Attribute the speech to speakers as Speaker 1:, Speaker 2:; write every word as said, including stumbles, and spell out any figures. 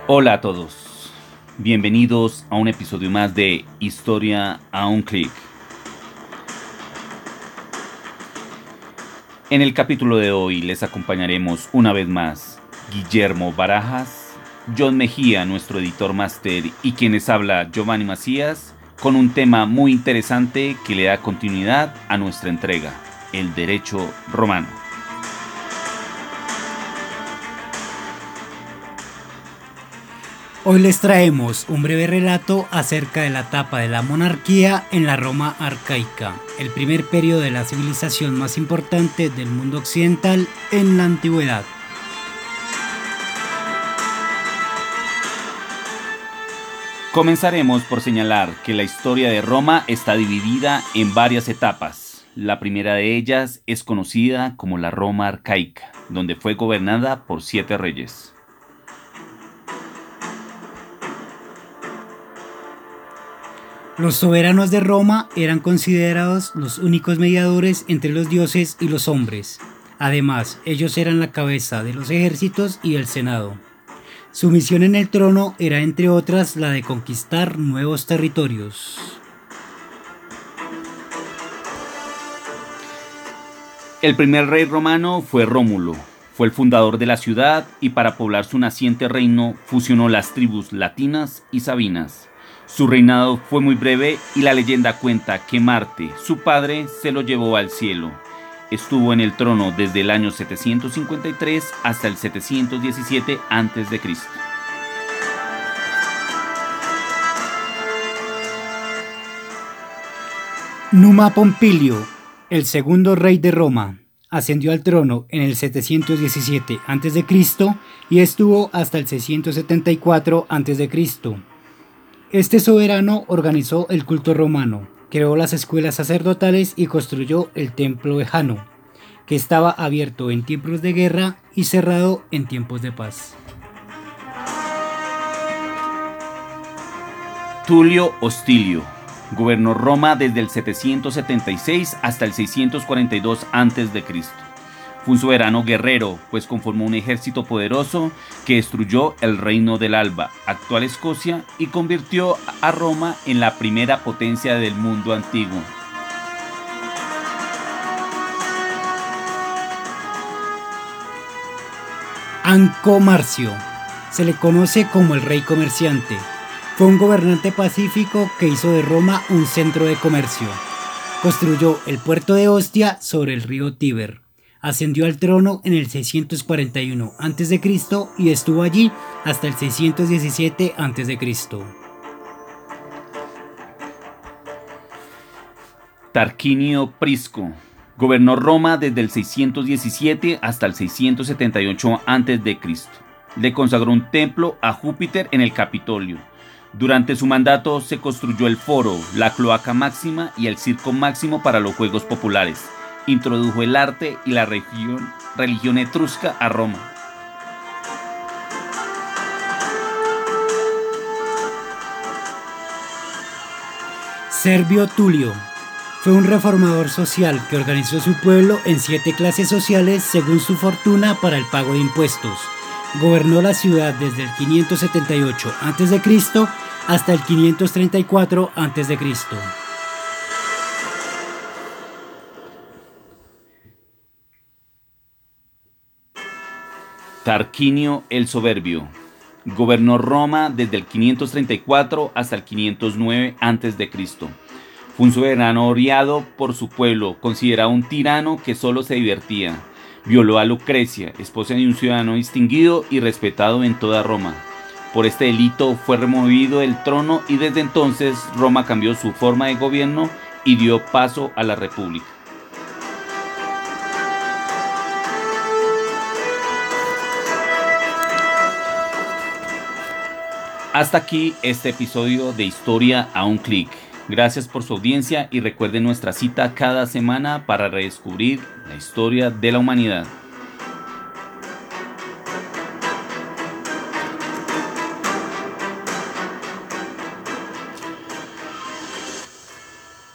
Speaker 1: Hola a todos, bienvenidos a un episodio más de Historia a un clic. En el capítulo de hoy les acompañaremos una vez más Guillermo Barajas, John Mejía, nuestro editor máster, y quienes habla Giovanni Macías, con un tema muy interesante que le da continuidad a nuestra entrega, el derecho romano.
Speaker 2: Hoy les traemos un breve relato acerca de la etapa de la monarquía en la Roma arcaica, el primer periodo de la civilización más importante del mundo occidental en la antigüedad.
Speaker 1: Comenzaremos por señalar que la historia de Roma está dividida en varias etapas. La primera de ellas es conocida como la Roma arcaica, donde fue gobernada por siete reyes.
Speaker 2: Los soberanos de Roma eran considerados los únicos mediadores entre los dioses y los hombres. Además, ellos eran la cabeza de los ejércitos y del senado. Su misión en el trono era, entre otras, la de conquistar nuevos territorios.
Speaker 1: El primer rey romano fue Rómulo. Fue el fundador de la ciudad y para poblar su naciente reino fusionó las tribus latinas y sabinas. Su reinado fue muy breve y la leyenda cuenta que Marte, su padre, se lo llevó al cielo. Estuvo en el trono desde el año setecientos cincuenta y tres hasta el setecientos diecisiete antes de Cristo.
Speaker 2: Numa Pompilio, el segundo rey de Roma, ascendió al trono en el setecientos diecisiete antes de Cristo y estuvo hasta el seiscientos setenta y cuatro antes de Cristo. Este soberano organizó el culto romano, creó las escuelas sacerdotales y construyó el templo de Jano, que estaba abierto en tiempos de guerra y cerrado en tiempos de paz.
Speaker 1: Tulio Hostilio gobernó Roma desde el setecientos setenta y seis hasta el seiscientos cuarenta y dos antes de Cristo. Fue un soberano guerrero, pues conformó un ejército poderoso que destruyó el reino del Alba, actual Escocia, y convirtió a Roma en la primera potencia del mundo antiguo.
Speaker 2: Anco Marcio, se le conoce como el rey comerciante. Fue un gobernante pacífico que hizo de Roma un centro de comercio. Construyó el puerto de Ostia sobre el río Tíber. Ascendió al trono en el seiscientos cuarenta y uno antes de Cristo y estuvo allí hasta el seiscientos diecisiete antes de Cristo.
Speaker 1: Tarquinio Prisco gobernó Roma desde el seiscientos diecisiete hasta el seiscientos setenta y ocho antes de Cristo. Le consagró un templo a Júpiter en el Capitolio. Durante su mandato se construyó el foro, la cloaca máxima y el circo máximo para los juegos populares. Introdujo el arte y la religión, religión etrusca a Roma.
Speaker 2: Servio Tulio fue un reformador social que organizó su pueblo en siete clases sociales según su fortuna para el pago de impuestos. Gobernó la ciudad desde el quinientos setenta y ocho antes de Cristo hasta el quinientos treinta y cuatro antes de Cristo.
Speaker 1: Tarquinio el Soberbio gobernó Roma desde el quinientos treinta y cuatro hasta el quinientos nueve antes de Cristo. Fue un soberano odiado por su pueblo, considerado un tirano que solo se divertía. Violó a Lucrecia, esposa de un ciudadano distinguido y respetado en toda Roma. Por este delito fue removido del trono y desde entonces Roma cambió su forma de gobierno y dio paso a la república. Hasta aquí este episodio de Historia a un clic. Gracias por su audiencia y recuerden nuestra cita cada semana para redescubrir la historia de la humanidad.